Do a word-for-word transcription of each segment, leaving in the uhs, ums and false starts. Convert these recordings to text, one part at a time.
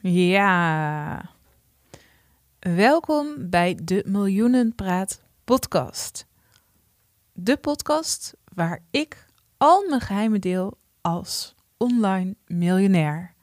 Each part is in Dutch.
Ja, welkom bij de Miljoenenpraat podcast. De podcast waar ik al mijn geheimen deel als online miljonair.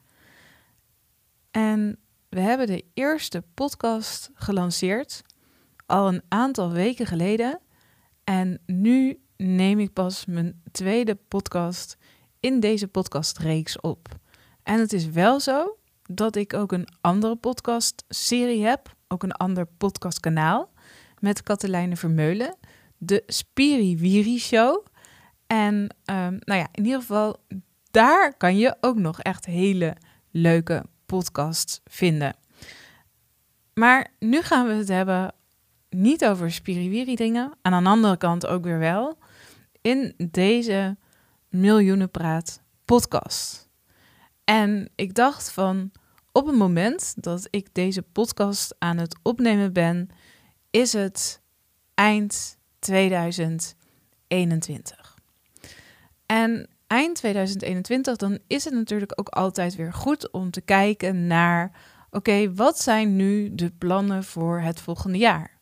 En we hebben de eerste podcast gelanceerd al een aantal weken geleden. En nu neem ik pas mijn tweede podcast in deze podcastreeks op. En het is wel zo dat ik ook een andere podcastserie heb, ook een ander podcastkanaal met Katelijne Vermeulen, de Spiriwiri Show. En um, nou ja, in ieder geval, daar kan je ook nog echt hele leuke podcasts vinden. Maar nu gaan we het hebben niet over Spiriwiri dingen, aan de andere kant ook weer wel, in deze Miljoenenpraat podcast. En ik dacht van, op het moment dat ik deze podcast aan het opnemen ben, is het eind tweeduizend eenentwintig. En eind tweeduizend eenentwintig, dan is het natuurlijk ook altijd weer goed om te kijken naar, oké, okay, wat zijn nu de plannen voor het volgende jaar?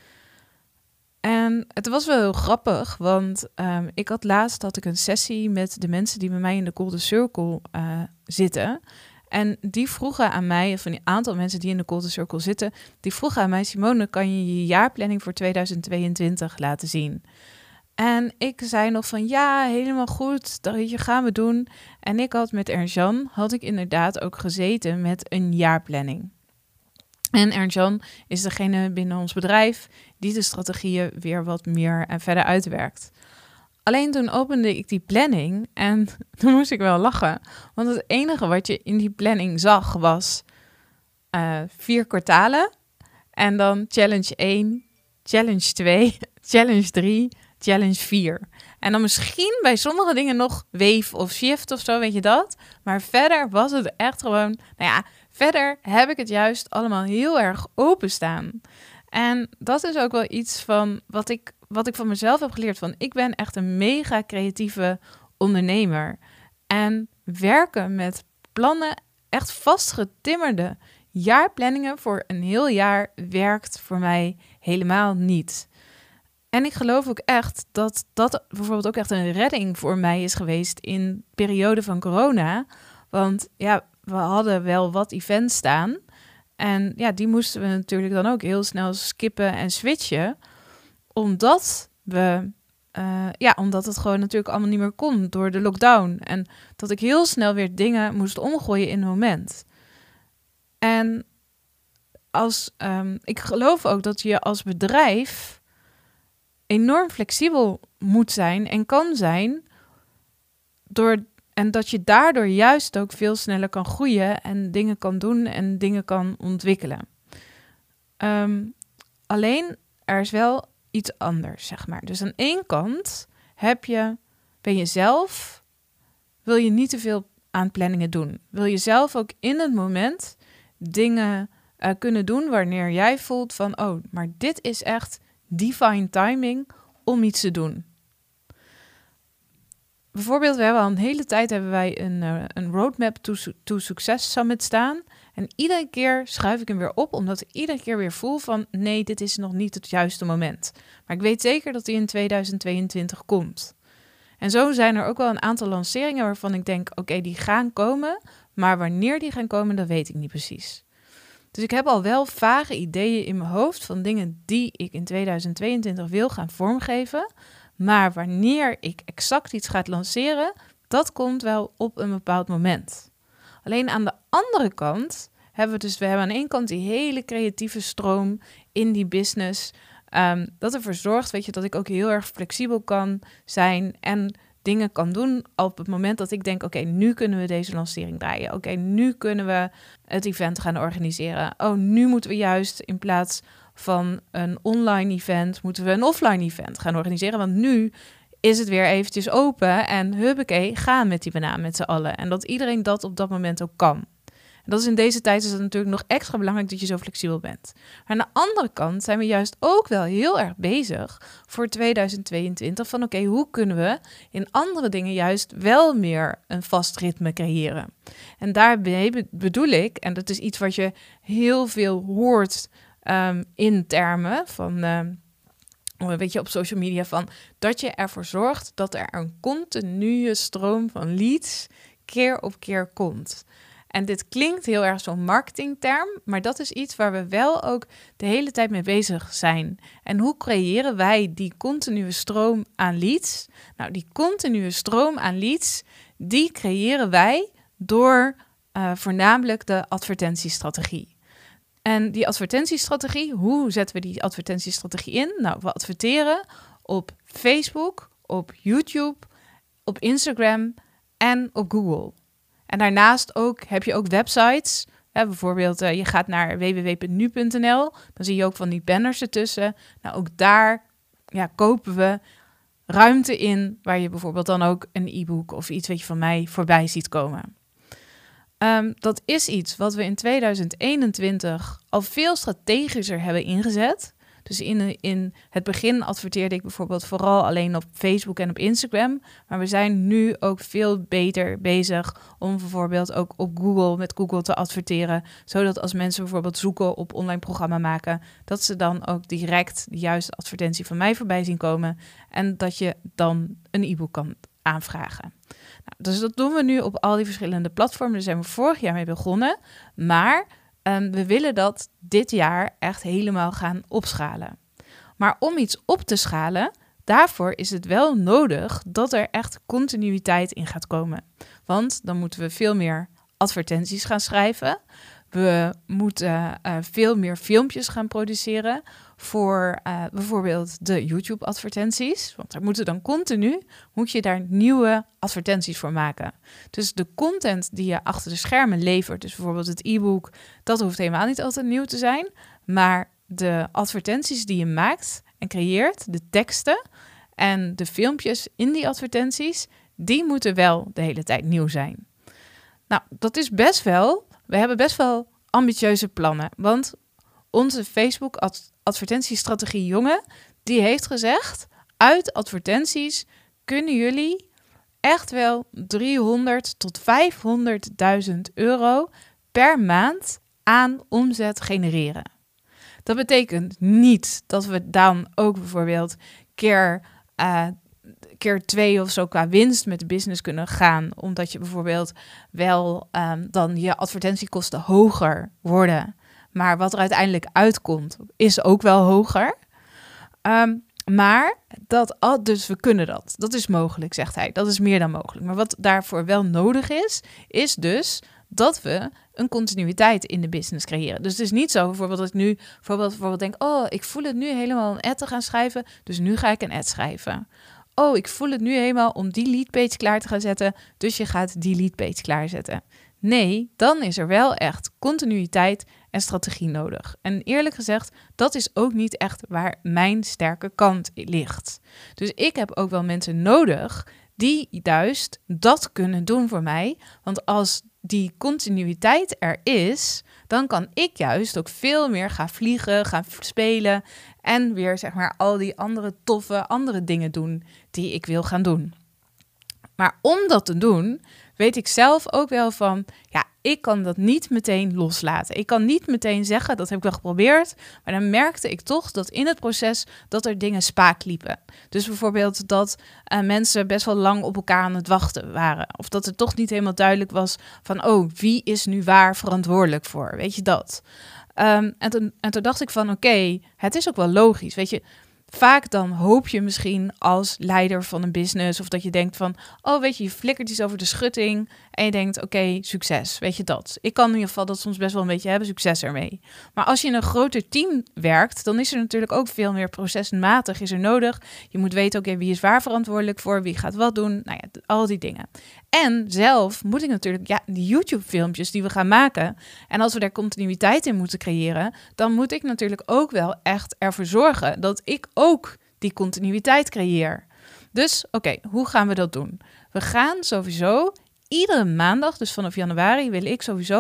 En het was wel heel grappig, want um, ik had laatst had ik een sessie met de mensen die bij mij in de Golden Circle uh, zitten. En die vroegen aan mij, van die aantal mensen die in de Golden Circle zitten, die vroegen aan mij, Simone, kan je je jaarplanning voor tweeduizend tweeëntwintig laten zien? En ik zei nog van, ja, helemaal goed, dat gaan we doen. En ik had met Ernst-Jan, had ik inderdaad ook gezeten met een jaarplanning. En Ernst-Jan is degene binnen ons bedrijf die de strategieën weer wat meer en verder uitwerkt. Alleen toen opende ik die planning en toen moest ik wel lachen. Want het enige wat je in die planning zag was uh, vier kwartalen. En dan challenge één, challenge twee, challenge drie, challenge vier. En dan misschien bij sommige dingen nog wave of shift of zo, weet je dat. Maar verder was het echt gewoon, nou ja, verder heb ik het juist allemaal heel erg openstaan. En dat is ook wel iets van wat ik, wat ik van mezelf heb geleerd. Van, ik ben echt een mega creatieve ondernemer. En werken met plannen, echt vastgetimmerde jaarplanningen voor een heel jaar werkt voor mij helemaal niet. En ik geloof ook echt dat dat bijvoorbeeld ook echt een redding voor mij is geweest in de periode van corona. Want ja, we hadden wel wat events staan. En ja, die moesten we natuurlijk dan ook heel snel skippen en switchen. Omdat we, uh, ja, omdat het gewoon natuurlijk allemaal niet meer kon door de lockdown. En dat ik heel snel weer dingen moest omgooien in een moment. En als, um, ik geloof ook dat je als bedrijf enorm flexibel moet zijn en kan zijn. Door, en dat je daardoor juist ook veel sneller kan groeien en dingen kan doen en dingen kan ontwikkelen. Um, alleen, er is wel iets anders, zeg maar. Dus aan één kant heb je, ben je zelf, wil je niet te veel aan planningen doen. Wil je zelf ook in het moment dingen uh, kunnen doen wanneer jij voelt van, oh, maar dit is echt divine timing om iets te doen. Bijvoorbeeld, we hebben al een hele tijd hebben wij een, uh, een roadmap to, to Success Summit staan. En iedere keer schuif ik hem weer op, omdat ik iedere keer weer voel van, nee, dit is nog niet het juiste moment. Maar ik weet zeker dat die in tweeduizend tweeëntwintig komt. En zo zijn er ook wel een aantal lanceringen waarvan ik denk, oké, okay, die gaan komen. Maar wanneer die gaan komen, dat weet ik niet precies. Dus ik heb al wel vage ideeën in mijn hoofd van dingen die ik in tweeduizend tweeëntwintig wil gaan vormgeven. Maar wanneer ik exact iets ga lanceren, dat komt wel op een bepaald moment. Alleen aan de andere kant hebben we dus, we hebben aan de ene kant die hele creatieve stroom in die business. Um, dat ervoor zorgt, weet je, dat ik ook heel erg flexibel kan zijn en dingen kan doen op het moment dat ik denk, oké, okay, nu kunnen we deze lancering draaien. Oké, okay, nu kunnen we het event gaan organiseren. Oh, nu moeten we juist in plaats van een online event, moeten we een offline event gaan organiseren. Want nu is het weer eventjes open en huppakee, gaan met die banaan met z'n allen. En dat iedereen dat op dat moment ook kan. En dat is in deze tijd is het natuurlijk nog extra belangrijk dat je zo flexibel bent. Maar aan de andere kant zijn we juist ook wel heel erg bezig voor tweeduizend tweeëntwintig van oké, okay, hoe kunnen we in andere dingen juist wel meer een vast ritme creëren? En daarbij bedoel ik, en dat is iets wat je heel veel hoort um, in termen van... Um, weet je, op social media van dat je ervoor zorgt dat er een continue stroom van leads keer op keer komt. En dit klinkt heel erg zo'n marketingterm, maar dat is iets waar we wel ook de hele tijd mee bezig zijn. En hoe creëren wij die continue stroom aan leads? Nou, die continue stroom aan leads, die creëren wij door uh, voornamelijk de advertentiestrategie. En die advertentiestrategie, hoe zetten we die advertentiestrategie in? Nou, we adverteren op Facebook, op YouTube, op Instagram en op Google. En daarnaast ook heb je ook websites. Hè, bijvoorbeeld, uh, je gaat naar w w w punt nu punt n l. Dan zie je ook van die banners ertussen. Nou, ook daar ja, kopen we ruimte in waar je bijvoorbeeld dan ook een e-book of iets wat je van mij voorbij ziet komen. Um, dat is iets wat we in tweeduizend eenentwintig al veel strategischer hebben ingezet. Dus in, in het begin adverteerde ik bijvoorbeeld vooral alleen op Facebook en op Instagram. Maar we zijn nu ook veel beter bezig om bijvoorbeeld ook op Google met Google te adverteren. Zodat als mensen bijvoorbeeld zoeken op online programma maken, dat ze dan ook direct de juiste advertentie van mij voorbij zien komen. En dat je dan een e-book kan aanvragen. Nou, dus dat doen we nu op al die verschillende platformen. Daar zijn we vorig jaar mee begonnen. Maar um, we willen dat dit jaar echt helemaal gaan opschalen. Maar om iets op te schalen, daarvoor is het wel nodig dat er echt continuïteit in gaat komen. Want dan moeten we veel meer advertenties gaan schrijven. We moeten uh, veel meer filmpjes gaan produceren voor uh, bijvoorbeeld de YouTube-advertenties. Want er moeten dan continu, moet je daar nieuwe advertenties voor maken. Dus de content die je achter de schermen levert, dus bijvoorbeeld het e-book, dat hoeft helemaal niet altijd nieuw te zijn. Maar de advertenties die je maakt en creëert, de teksten en de filmpjes in die advertenties, die moeten wel de hele tijd nieuw zijn. Nou, dat is best wel... We hebben best wel ambitieuze plannen, want onze Facebook-advertentiestrategie jongen, die heeft gezegd, uit advertenties kunnen jullie echt wel driehonderd tot vijfhonderdduizend euro per maand aan omzet genereren. Dat betekent niet dat we dan ook bijvoorbeeld keer... Uh, keer twee of zo qua winst met de business kunnen gaan, omdat je bijvoorbeeld wel um, dan je advertentiekosten hoger worden, maar wat er uiteindelijk uitkomt is ook wel hoger. Um, maar dat al, dus we kunnen dat. Dat is mogelijk, zegt hij. Dat is meer dan mogelijk. Maar wat daarvoor wel nodig is, is dus dat we een continuïteit in de business creëren. Dus het is niet zo bijvoorbeeld dat ik nu bijvoorbeeld, bijvoorbeeld denk, oh, ik voel het nu helemaal een ad te gaan schrijven, dus nu ga ik een ad schrijven. Oh, ik voel het nu helemaal om die leadpage klaar te gaan zetten, dus je gaat die leadpage klaarzetten. Nee, dan is er wel echt continuïteit en strategie nodig. En eerlijk gezegd, dat is ook niet echt waar mijn sterke kant ligt. Dus ik heb ook wel mensen nodig die juist dat kunnen doen voor mij. Want als die continuïteit er is, dan kan ik juist ook veel meer gaan vliegen, gaan spelen en weer zeg maar al die andere toffe andere dingen doen die ik wil gaan doen. Maar om dat te doen, weet ik zelf ook wel van, ja, ik kan dat niet meteen loslaten. Ik kan niet meteen zeggen, dat heb ik wel geprobeerd, maar dan merkte ik toch dat in het proces dat er dingen spaak liepen. Dus bijvoorbeeld dat uh, mensen best wel lang op elkaar aan het wachten waren. Of dat het toch niet helemaal duidelijk was van, oh, wie is nu waar verantwoordelijk voor? Weet je dat? Um, en, toen, en toen dacht ik van, oké, okay, het is ook wel logisch, weet je. Vaak dan hoop je misschien als leider van een business of dat je denkt van, oh weet je, je flikkert iets over de schutting en je denkt, oké, okay, succes, weet je dat. Ik kan in ieder geval dat soms best wel een beetje hebben, succes ermee. Maar als je in een groter team werkt, dan is er natuurlijk ook veel meer procesmatig is er nodig. Je moet weten, oké, okay, wie is waar verantwoordelijk voor, wie gaat wat doen, nou ja, al die dingen. En zelf moet ik natuurlijk, ja, die YouTube-filmpjes die we gaan maken, en als we daar continuïteit in moeten creëren, dan moet ik natuurlijk ook wel echt ervoor zorgen dat ik ook die continuïteit creëer. Dus, oké, okay, hoe gaan we dat doen? We gaan sowieso iedere maandag, dus vanaf januari wil ik sowieso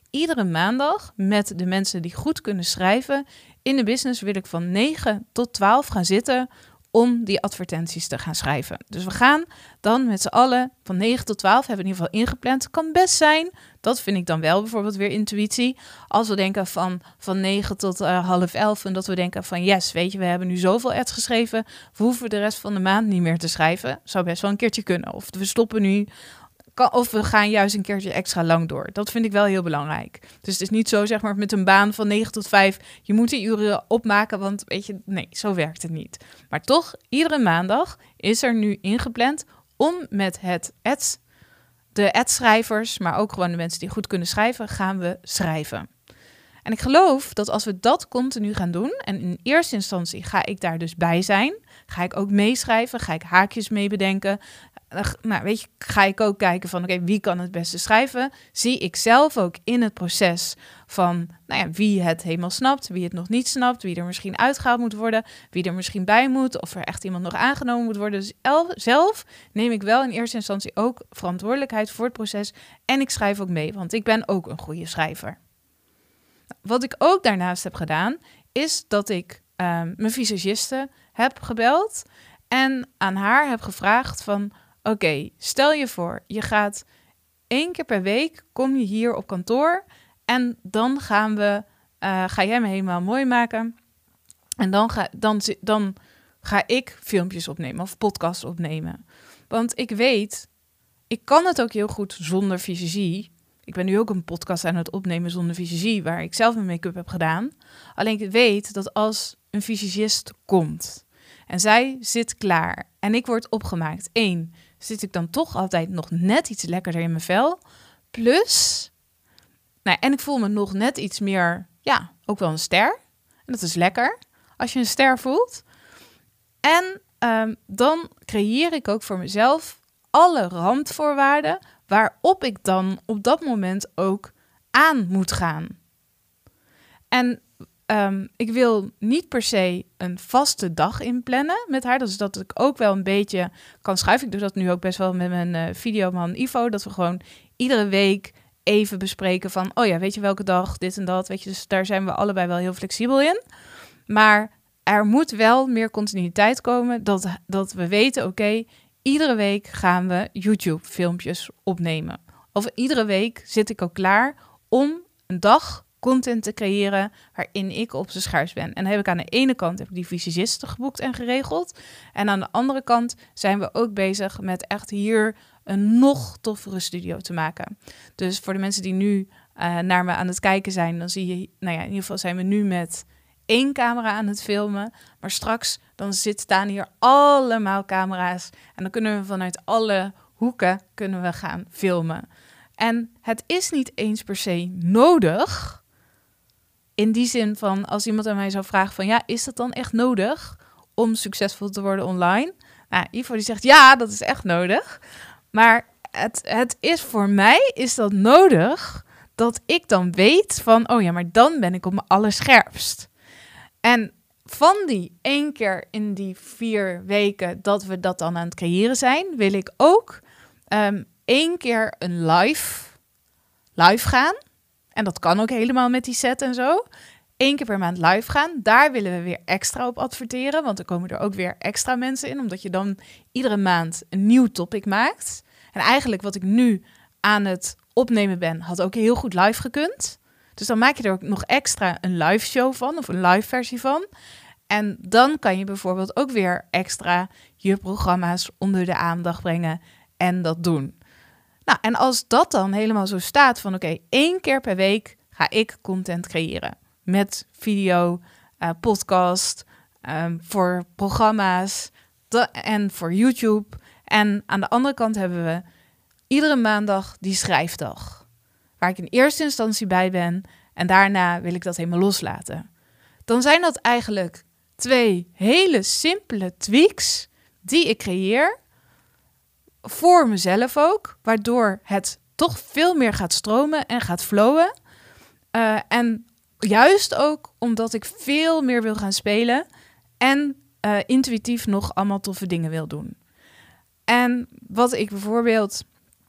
iedere maandag met de mensen die goed kunnen schrijven in de business wil ik van negen tot twaalf gaan zitten om die advertenties te gaan schrijven. Dus we gaan dan met z'n allen van negen tot twaalf, hebben we in ieder geval ingepland. Kan best zijn, dat vind ik dan wel bijvoorbeeld weer intuïtie. Als we denken van, van negen tot uh, half elf en dat we denken van yes, weet je, we hebben nu zoveel ads geschreven, we hoeven de rest van de maand niet meer te schrijven. Zou best wel een keertje kunnen. Of we stoppen nu, of we gaan juist een keertje extra lang door. Dat vind ik wel heel belangrijk. Dus het is niet zo, zeg maar, met een baan van negen tot vijf, je moet die uren opmaken, want weet je, nee, zo werkt het niet. Maar toch, iedere maandag is er nu ingepland om met het ads, de adschrijvers, maar ook gewoon de mensen die goed kunnen schrijven, gaan we schrijven. En ik geloof dat als we dat continu gaan doen, en in eerste instantie ga ik daar dus bij zijn, ga ik ook meeschrijven, ga ik haakjes mee bedenken. Nou, weet je, ga ik ook kijken van, oké, okay, wie kan het beste schrijven? Zie ik zelf ook in het proces van, nou ja, wie het helemaal snapt, wie het nog niet snapt, wie er misschien uitgehaald moet worden, wie er misschien bij moet, of er echt iemand nog aangenomen moet worden. Dus el- zelf neem ik wel in eerste instantie ook verantwoordelijkheid voor het proces en ik schrijf ook mee, want ik ben ook een goede schrijver. Wat ik ook daarnaast heb gedaan, is dat ik um, mijn visagiste heb gebeld en aan haar heb gevraagd van, oké, okay, stel je voor, je gaat één keer per week, kom je hier op kantoor en dan gaan we, uh, ga jij me helemaal mooi maken en dan ga, dan, dan ga ik filmpjes opnemen of podcasts opnemen. Want ik weet, ik kan het ook heel goed zonder visagie. Ik ben nu ook een podcast aan het opnemen zonder visagie, waar ik zelf mijn make-up heb gedaan. Alleen ik weet dat als een visagist komt en zij zit klaar en ik word opgemaakt, één, zit ik dan toch altijd nog net iets lekkerder in mijn vel. Plus, nou, en ik voel me nog net iets meer, ja, ook wel een ster. En dat is lekker, als je een ster voelt. En um, dan creëer ik ook voor mezelf alle randvoorwaarden waarop ik dan op dat moment ook aan moet gaan. En um, ik wil niet per se een vaste dag inplannen met haar. Dus dat ik ook wel een beetje kan schuiven. Ik doe dat nu ook best wel met mijn uh, videoman Ivo. Dat we gewoon iedere week even bespreken van, oh ja, weet je welke dag, dit en dat. Weet je, dus daar zijn we allebei wel heel flexibel in. Maar er moet wel meer continuïteit komen. Dat, dat we weten, oké, okay, iedere week gaan we YouTube-filmpjes opnemen. Of iedere week zit ik ook klaar om een dag content te creëren waarin ik op z'n schuis ben. En dan heb ik aan de ene kant heb ik die visagisten geboekt en geregeld. En aan de andere kant zijn we ook bezig met echt hier een nog toffere studio te maken. Dus voor de mensen die nu uh, naar me aan het kijken zijn, dan zie je, nou ja, in ieder geval zijn we nu met één camera aan het filmen, maar straks dan zit, staan hier allemaal camera's en dan kunnen we vanuit alle hoeken kunnen we gaan filmen. En het is niet eens per se nodig, in die zin van als iemand aan mij zou vragen van ja, is dat dan echt nodig om succesvol te worden online? Nou, Ivo die zegt ja, dat is echt nodig, maar het, het is voor mij is dat nodig dat ik dan weet van oh ja, maar dan ben ik op mijn allerscherpst. En van die één keer in die vier weken dat we dat dan aan het creëren zijn, wil ik ook um, één keer een live, live gaan. En dat kan ook helemaal met die set en zo. Eén keer per maand live gaan. Daar willen we weer extra op adverteren, want er komen er ook weer extra mensen in, omdat je dan iedere maand een nieuw topic maakt. En eigenlijk wat ik nu aan het opnemen ben, had ook heel goed live gekund. Dus dan maak je er ook nog extra een live show van, of een live versie van. En dan kan je bijvoorbeeld ook weer extra je programma's onder de aandacht brengen en dat doen. Nou, en als dat dan helemaal zo staat van oké, okay, één keer per week ga ik content creëren. Met video, uh, podcast, um, voor programma's de, en voor YouTube. En aan de andere kant hebben we iedere maandag die schrijfdag. Waar ik in eerste instantie bij ben en daarna wil ik dat helemaal loslaten. Dan zijn dat eigenlijk twee hele simpele tweaks die ik creëer voor mezelf ook, waardoor het toch veel meer gaat stromen en gaat flowen. Uh, en juist ook omdat ik veel meer wil gaan spelen en uh, intuïtief nog allemaal toffe dingen wil doen. En wat ik bijvoorbeeld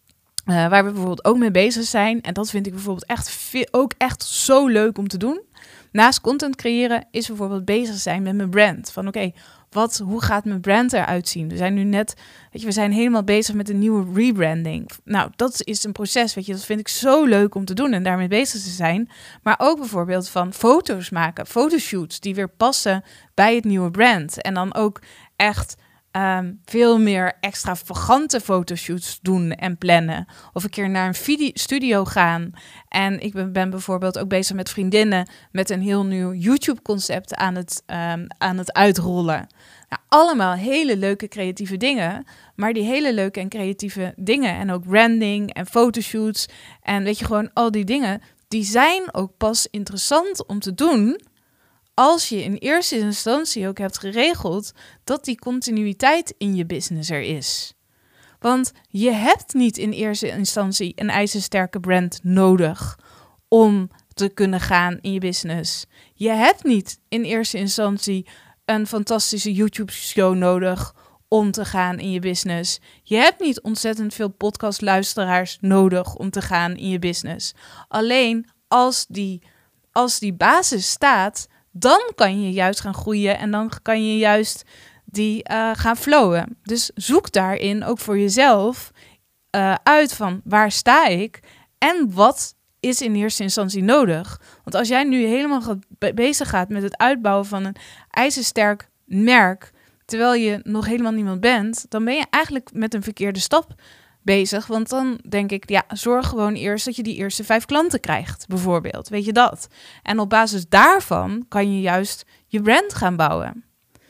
Uh, waar we bijvoorbeeld ook mee bezig zijn. En dat vind ik bijvoorbeeld echt veel, ook echt zo leuk om te doen. Naast content creëren is bijvoorbeeld bezig zijn met mijn brand. Van oké, okay, wat, hoe gaat mijn brand eruit zien? We zijn nu net, weet je, we zijn helemaal bezig met een nieuwe rebranding. Nou, dat is een proces, weet je, dat vind ik zo leuk om te doen en daarmee bezig te zijn. Maar ook bijvoorbeeld van foto's maken, fotoshoots die weer passen bij het nieuwe brand. En dan ook echt Um, veel meer extravagante fotoshoots doen en plannen. Of een keer naar een video- studio gaan. En ik ben, ben bijvoorbeeld ook bezig met vriendinnen met een heel nieuw YouTube-concept aan het, um, aan het uitrollen. Nou, allemaal hele leuke creatieve dingen. Maar die hele leuke en creatieve dingen en ook branding en fotoshoots en weet je, gewoon al die dingen, die zijn ook pas interessant om te doen als je in eerste instantie ook hebt geregeld dat die continuïteit in je business er is. Want je hebt niet in eerste instantie een ijzersterke brand nodig om te kunnen gaan in je business. Je hebt niet in eerste instantie een fantastische YouTube-show nodig om te gaan in je business. Je hebt niet ontzettend veel podcastluisteraars nodig om te gaan in je business. Alleen als die, als die basis staat, dan kan je juist gaan groeien en dan kan je juist die uh, gaan flowen. Dus zoek daarin ook voor jezelf uh, uit van waar sta ik en wat is in eerste instantie nodig. Want als jij nu helemaal gaat, be- bezig gaat met het uitbouwen van een ijzersterk merk, terwijl je nog helemaal niemand bent, dan ben je eigenlijk met een verkeerde stap bezig. Want dan denk ik, ja, zorg gewoon eerst dat je die eerste vijf klanten krijgt, bijvoorbeeld. Weet je dat? En op basis daarvan kan je juist je brand gaan bouwen.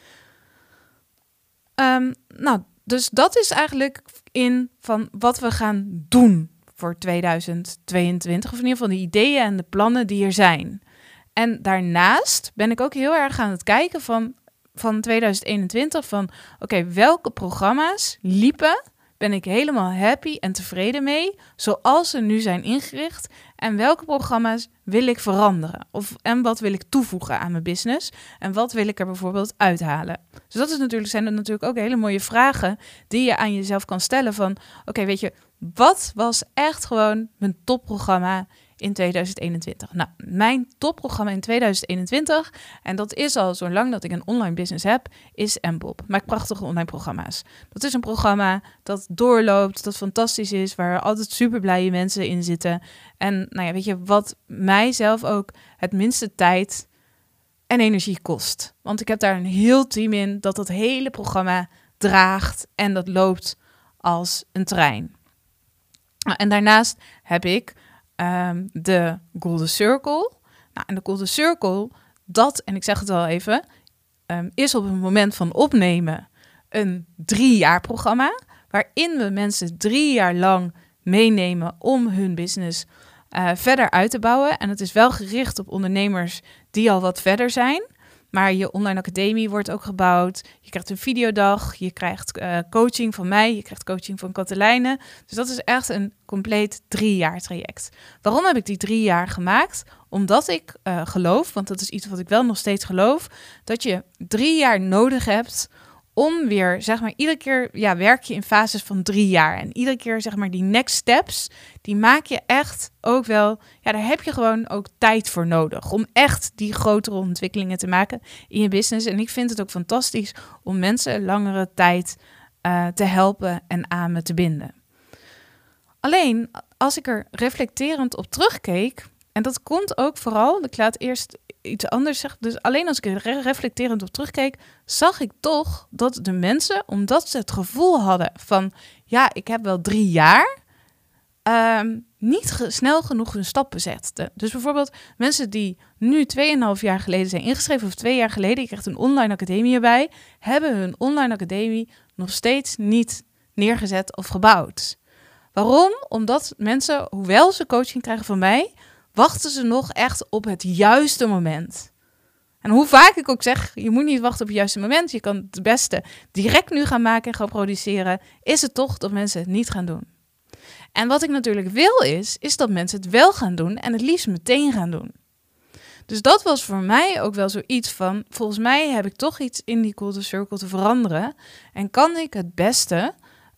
Um, nou, dus dat is eigenlijk in van wat we gaan doen voor tweeduizend tweeëntwintig. Of in ieder geval de ideeën en de plannen die er zijn. En daarnaast ben ik ook heel erg aan het kijken van, van tweeduizend eenentwintig van oké, okay, welke programma's liepen, ben ik helemaal happy en tevreden mee, zoals ze nu zijn ingericht. En welke programma's wil ik veranderen? Of, en wat wil ik toevoegen aan mijn business? En wat wil ik er bijvoorbeeld uithalen? Dus dat is natuurlijk, zijn er natuurlijk ook hele mooie vragen die je aan jezelf kan stellen van, oké, okay, weet je, wat was echt gewoon mijn topprogramma in tweeduizend eenentwintig? Nou, mijn topprogramma in tweeduizend eenentwintig, en dat is al zo lang dat ik een online business heb, is M B O B. Maakt prachtige online programma's. Dat is een programma dat doorloopt, dat fantastisch is, waar altijd super blije mensen in zitten. En nou ja, weet je, wat mijzelf ook het minste tijd en energie kost. Want ik heb daar een heel team in dat dat hele programma draagt en dat loopt als een trein. En daarnaast heb ik um, de Golden Circle. Nou, en de Golden Circle, dat, en ik zeg het al even, um, is op het moment van opnemen een drie jaar programma, waarin we mensen drie jaar lang meenemen om hun business uh, verder uit te bouwen. En het is wel gericht op ondernemers die al wat verder zijn. Maar je online academie wordt ook gebouwd. Je krijgt een videodag, je krijgt uh, coaching van mij, je krijgt coaching van Katelijne. Dus dat is echt een compleet drie jaar traject. Waarom heb ik die drie jaar gemaakt? Omdat ik uh, geloof, want dat is iets wat ik wel nog steeds geloof, dat je drie jaar nodig hebt om weer, zeg maar, iedere keer, ja, werk je in fases van drie jaar. En iedere keer, zeg maar, die next steps, die maak je echt ook wel, ja, daar heb je gewoon ook tijd voor nodig. Om echt die grotere ontwikkelingen te maken in je business. En ik vind het ook fantastisch om mensen langere tijd uh, te helpen en aan me te binden. Alleen, als ik er reflecterend op terugkeek, en dat komt ook vooral, ik laat eerst iets anders zeggen. Dus alleen als ik er reflecterend op terugkeek, zag ik toch dat de mensen, omdat ze het gevoel hadden van, ja, ik heb wel drie jaar, um, niet ge- snel genoeg hun stappen zetten. Dus bijvoorbeeld mensen die nu tweeënhalf jaar geleden zijn ingeschreven, of twee jaar geleden, je krijgt een online academie erbij, hebben hun online academie nog steeds niet neergezet of gebouwd. Waarom? Omdat mensen, hoewel ze coaching krijgen van mij, wachten ze nog echt op het juiste moment. En hoe vaak ik ook zeg, je moet niet wachten op het juiste moment. Je kan het beste direct nu gaan maken en gaan produceren. Is het toch dat mensen het niet gaan doen. En wat ik natuurlijk wil is, is dat mensen het wel gaan doen en het liefst meteen gaan doen. Dus dat was voor mij ook wel zoiets van, volgens mij heb ik toch iets in die Golden Circle te veranderen. En kan ik het beste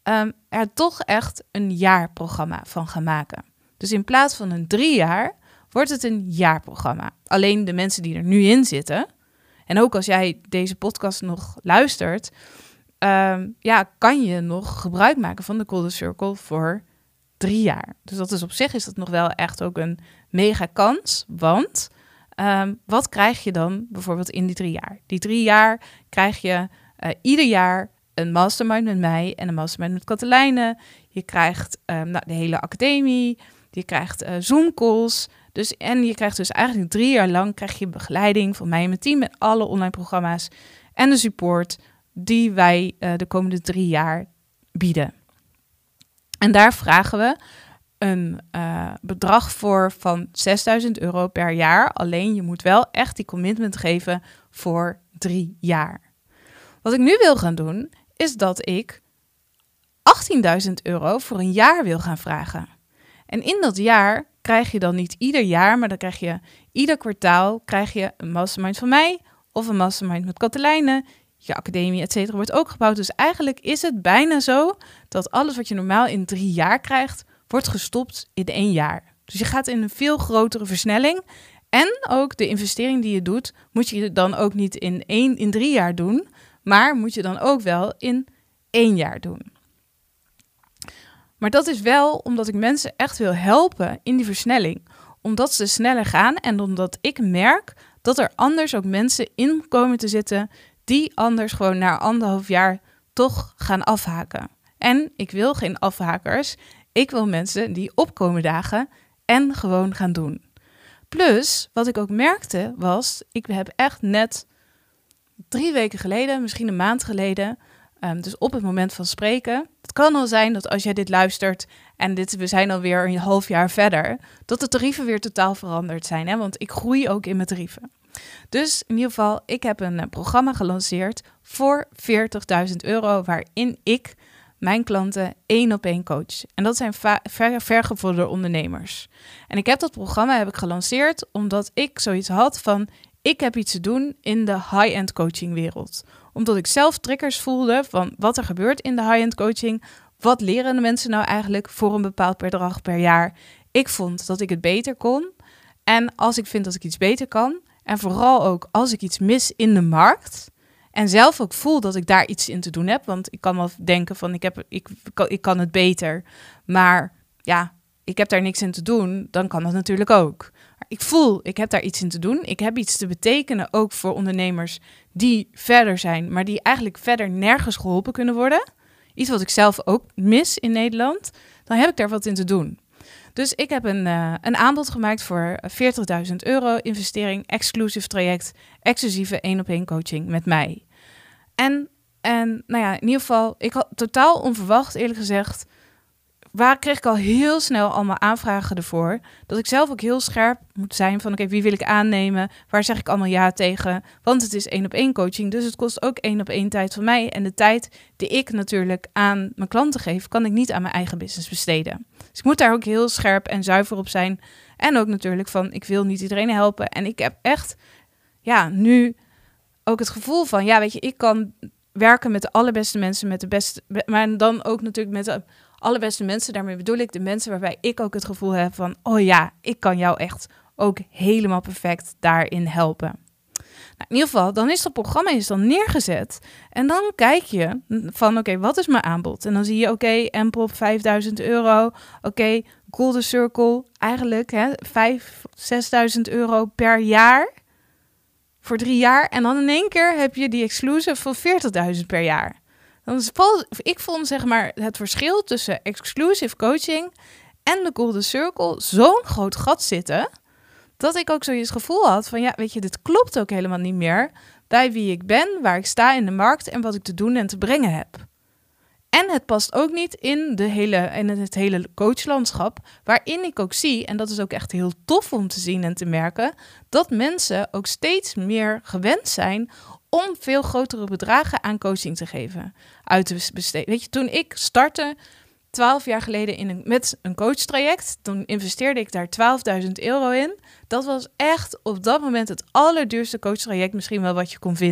um, er toch echt een jaarprogramma van gaan maken. Dus in plaats van een drie jaar, wordt het een jaarprogramma. Alleen de mensen die er nu in zitten, en ook als jij deze podcast nog luistert, um, ja, kan je nog gebruik maken van de Golden Circle voor drie jaar. Dus dat is op zich is dat nog wel echt ook een mega kans, want um, wat krijg je dan bijvoorbeeld in die drie jaar? Die drie jaar krijg je uh, ieder jaar een mastermind met mij en een mastermind met Katelijne. Je krijgt um, nou, de hele academie, je krijgt uh, Zoom-calls. Dus, en je krijgt dus eigenlijk drie jaar lang krijg je begeleiding van mij en mijn team met alle online programma's en de support die wij uh, de komende drie jaar bieden. En daar vragen we een uh, bedrag voor van zesduizend euro per jaar. Alleen je moet wel echt die commitment geven voor drie jaar. Wat ik nu wil gaan doen, is dat ik achttienduizend euro voor een jaar wil gaan vragen. En in dat jaar krijg je dan niet ieder jaar, maar dan krijg je ieder kwartaal krijg je een mastermind van mij of een mastermind met Katelijne. Je academie, et cetera, wordt ook gebouwd. Dus eigenlijk is het bijna zo dat alles wat je normaal in drie jaar krijgt, wordt gestopt in één jaar. Dus je gaat in een veel grotere versnelling. En ook de investering die je doet, moet je dan ook niet in, één, in drie jaar doen, maar moet je dan ook wel in één jaar doen. Maar dat is wel omdat ik mensen echt wil helpen in die versnelling. Omdat ze sneller gaan en omdat ik merk dat er anders ook mensen in komen te zitten die anders gewoon na anderhalf jaar toch gaan afhaken. En ik wil geen afhakers. Ik wil mensen die opkomen dagen en gewoon gaan doen. Plus, wat ik ook merkte was, ik heb echt net drie weken geleden, misschien een maand geleden, um, dus op het moment van spreken. Het kan al zijn dat als jij dit luistert en dit, we zijn alweer een half jaar verder, dat de tarieven weer totaal veranderd zijn. Hè? Want ik groei ook in mijn tarieven. Dus in ieder geval, ik heb een uh, programma gelanceerd voor veertigduizend euro, waarin ik mijn klanten één op één coach. En dat zijn va- ver, vergevorderde ondernemers. En ik heb dat programma heb ik gelanceerd omdat ik zoiets had van, ik heb iets te doen in de high-end coaching wereld. Omdat ik zelf triggers voelde van wat er gebeurt in de high-end coaching. Wat leren de mensen nou eigenlijk voor een bepaald bedrag per jaar? Ik vond dat ik het beter kon. En als ik vind dat ik iets beter kan, en vooral ook als ik iets mis in de markt, en zelf ook voel dat ik daar iets in te doen heb, want ik kan wel denken van ik, heb, ik, ik kan het beter, maar ja, ik heb daar niks in te doen, dan kan dat natuurlijk ook. Maar ik voel, ik heb daar iets in te doen, ik heb iets te betekenen ook voor ondernemers die verder zijn, maar die eigenlijk verder nergens geholpen kunnen worden. Iets wat ik zelf ook mis in Nederland, dan heb ik daar wat in te doen. Dus ik heb een, uh, een aanbod gemaakt voor veertigduizend euro investering, exclusief traject, exclusieve één op één coaching met mij. En, en nou ja, in ieder geval, ik had totaal onverwacht, eerlijk gezegd, waar kreeg ik al heel snel allemaal aanvragen ervoor, dat ik zelf ook heel scherp moet zijn van, oké, okay, wie wil ik aannemen? Waar zeg ik allemaal ja tegen? Want het is één op één coaching, dus het kost ook één op één tijd van mij. En de tijd die ik natuurlijk aan mijn klanten geef, kan ik niet aan mijn eigen business besteden. Dus ik moet daar ook heel scherp en zuiver op zijn. En ook natuurlijk van, ik wil niet iedereen helpen. En ik heb echt, ja, nu ook het gevoel van, ja, weet je, ik kan werken met de allerbeste mensen, met de beste, maar dan ook natuurlijk met de allerbeste mensen. Daarmee bedoel ik de mensen waarbij ik ook het gevoel heb van, oh ja, ik kan jou echt ook helemaal perfect daarin helpen. Nou, in ieder geval, dan is dat programma is dan neergezet. En dan kijk je van, oké, okay, wat is mijn aanbod? En dan zie je, oké, okay, M P O P vijfduizend euro. Oké, okay, Golden Circle, eigenlijk hè, vijf, zesduizend euro per jaar. Voor drie jaar. En dan in één keer heb je die exclusive voor veertigduizend per jaar. Dan is, ik vond zeg maar het verschil tussen exclusive coaching en de Golden Circle zo'n groot gat zitten, dat ik ook zoiets gevoel had van, ja, weet je, dit klopt ook helemaal niet meer bij wie ik ben, waar ik sta in de markt en wat ik te doen en te brengen heb. En het past ook niet in, de hele, in het hele coachlandschap, waarin ik ook zie, en dat is ook echt heel tof om te zien en te merken, dat mensen ook steeds meer gewend zijn om veel grotere bedragen aan coaching te geven. Uit te besteden. Weet je, toen ik startte twaalf jaar geleden in een, met een coachtraject, toen investeerde ik daar twaalfduizend euro in. Dat was echt op dat moment het allerduurste coachtraject misschien wel wat je kon vinden.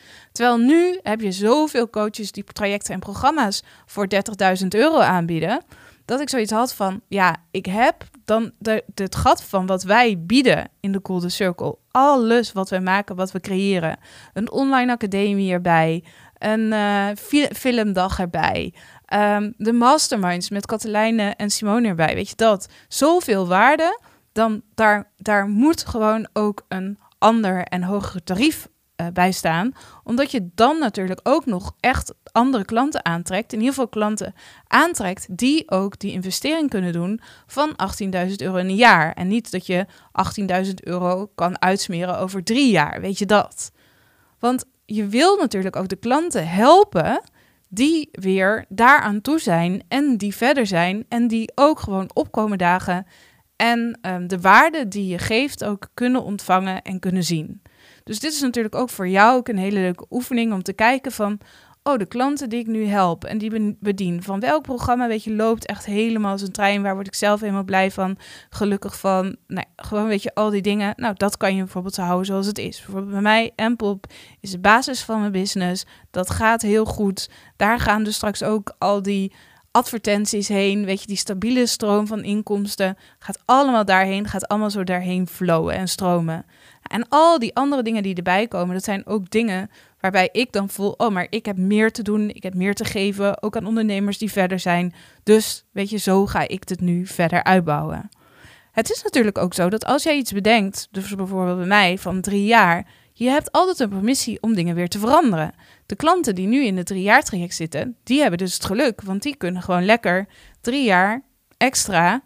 Terwijl nu heb je zoveel coaches die trajecten en programma's voor dertigduizend euro aanbieden, dat ik zoiets had van, ja, ik heb dan de, de, het gat van wat wij bieden in de Golden Circle. Alles wat wij maken, wat we creëren. Een online academie erbij, een uh, fi- filmdag erbij, um, de masterminds met Katelijne en Simone erbij. Weet je dat? Zoveel waarde, dan daar, daar moet gewoon ook een ander en hoger tarief uh, bij staan. Omdat je dan natuurlijk ook nog echt andere klanten aantrekt. In ieder geval klanten aantrekt die ook die investering kunnen doen van achttienduizend euro in een jaar. En niet dat je achttienduizend euro kan uitsmeren over drie jaar. Weet je dat? Want je wil natuurlijk ook de klanten helpen die weer daaraan toe zijn en die verder zijn en die ook gewoon opkomen dagen en um, de waarde die je geeft ook kunnen ontvangen en kunnen zien. Dus dit is natuurlijk ook voor jou ook een hele leuke oefening om te kijken van, oh, de klanten die ik nu help en die bedien, van welk programma, weet je, loopt echt helemaal als een trein, waar word ik zelf helemaal blij van, gelukkig van, nou, gewoon, weet je, al die dingen. Nou, dat kan je bijvoorbeeld houden zoals het is. Bijvoorbeeld bij mij, M-pop is de basis van mijn business. Dat gaat heel goed. Daar gaan dus straks ook al die advertenties heen, weet je, die stabiele stroom van inkomsten gaat allemaal daarheen, gaat allemaal zo daarheen flowen en stromen. En al die andere dingen die erbij komen, dat zijn ook dingen waarbij ik dan voel, oh, maar ik heb meer te doen, ik heb meer te geven, ook aan ondernemers die verder zijn. Dus, weet je, zo ga ik het nu verder uitbouwen. Het is natuurlijk ook zo dat als jij iets bedenkt, dus bijvoorbeeld bij mij van drie jaar, je hebt altijd een permissie om dingen weer te veranderen. De klanten die nu in het drie jaar traject zitten, die hebben dus het geluk, want die kunnen gewoon lekker drie jaar extra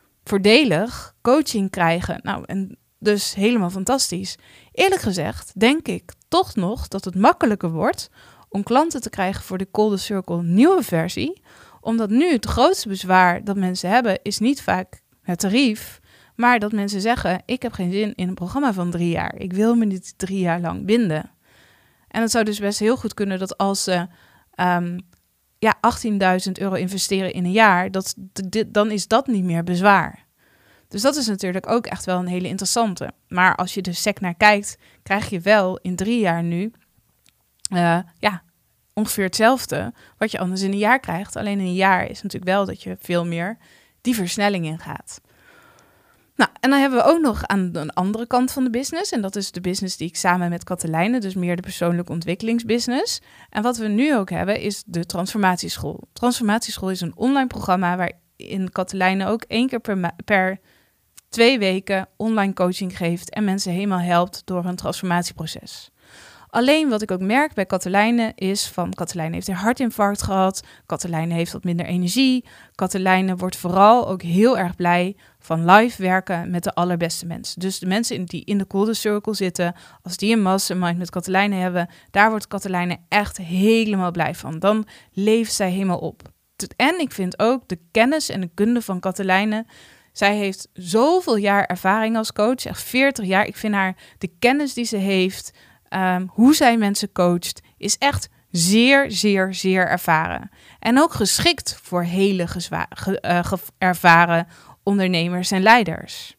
voordelig coaching krijgen. Nou, en dus helemaal fantastisch. Eerlijk gezegd denk ik toch nog dat het makkelijker wordt om klanten te krijgen voor de Golden Circle nieuwe versie. Omdat nu het grootste bezwaar dat mensen hebben is niet vaak het tarief, maar dat mensen zeggen, ik heb geen zin in een programma van drie jaar. Ik wil me niet drie jaar lang binden. En het zou dus best heel goed kunnen dat als ze um, ja, achttienduizend euro investeren in een jaar, dat, d- dan is dat niet meer bezwaar. Dus dat is natuurlijk ook echt wel een hele interessante. Maar als je er sec naar kijkt, krijg je wel in drie jaar nu uh, ja, ongeveer hetzelfde wat je anders in een jaar krijgt. Alleen in een jaar is natuurlijk wel dat je veel meer die versnelling ingaat. Nou, en dan hebben we ook nog aan de andere kant van de business. En dat is de business die ik samen met Katelijne, dus meer de persoonlijke ontwikkelingsbusiness. En wat we nu ook hebben is de Transformatieschool. Transformatieschool is een online programma waarin Katelijne ook één keer per, ma- per twee weken online coaching geeft en mensen helemaal helpt door een transformatieproces. Alleen wat ik ook merk bij Katelijne is van, Katelijne heeft een hartinfarct gehad, Katelijne heeft wat minder energie, Katelijne wordt vooral ook heel erg blij van live werken met de allerbeste mensen. Dus de mensen die in de Golden Circle zitten, als die een mastermind met Katelijne hebben, daar wordt Katelijne echt helemaal blij van. Dan leeft zij helemaal op. En ik vind ook de kennis en de kunde van Katelijne. Zij heeft zoveel jaar ervaring als coach, echt veertig jaar. Ik vind haar, de kennis die ze heeft, um, hoe zij mensen coacht, is echt zeer, zeer, zeer ervaren. En ook geschikt voor hele gezwa- ge- uh, ge- ervaren ondernemers en leiders.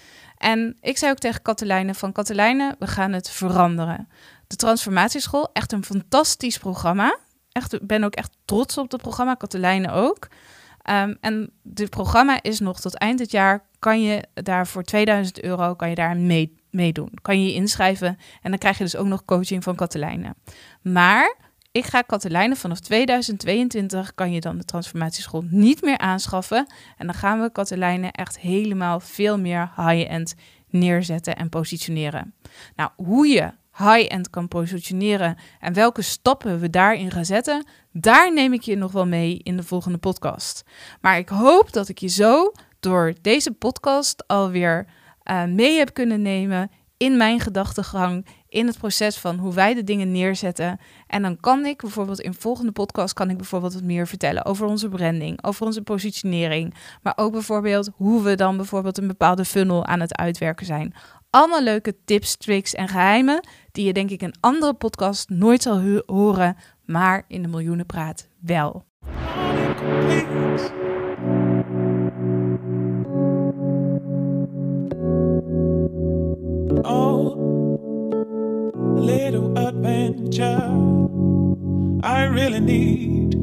En ik zei ook tegen Katelijne van, Katelijne, we gaan het veranderen. De Transformatieschool, echt een fantastisch programma. Echt, ik ben ook echt trots op het programma, Katelijne ook. Um, en dit programma is nog tot eind dit jaar, kan je daar voor tweeduizend euro kan je daar mee, meedoen. Kan je je inschrijven en dan krijg je dus ook nog coaching van Katelijne. Maar ik ga Katelijne vanaf tweeduizend tweeëntwintig kan je dan de Transformatieschool niet meer aanschaffen. En dan gaan we Katelijne echt helemaal veel meer high-end neerzetten en positioneren. Nou, hoe je high-end kan positioneren en welke stappen we daarin gaan zetten, daar neem ik je nog wel mee in de volgende podcast. Maar ik hoop dat ik je zo door deze podcast alweer uh, mee heb kunnen nemen in mijn gedachtegang, in het proces van hoe wij de dingen neerzetten. En dan kan ik bijvoorbeeld in de volgende podcast kan ik bijvoorbeeld wat meer vertellen over onze branding, over onze positionering, maar ook bijvoorbeeld hoe we dan bijvoorbeeld een bepaalde funnel aan het uitwerken zijn. Allemaal leuke tips, tricks en geheimen die je denk ik in andere podcast nooit zal hu- horen, maar in de Miljoenenpraat wel. Oh, little adventure. picture I really need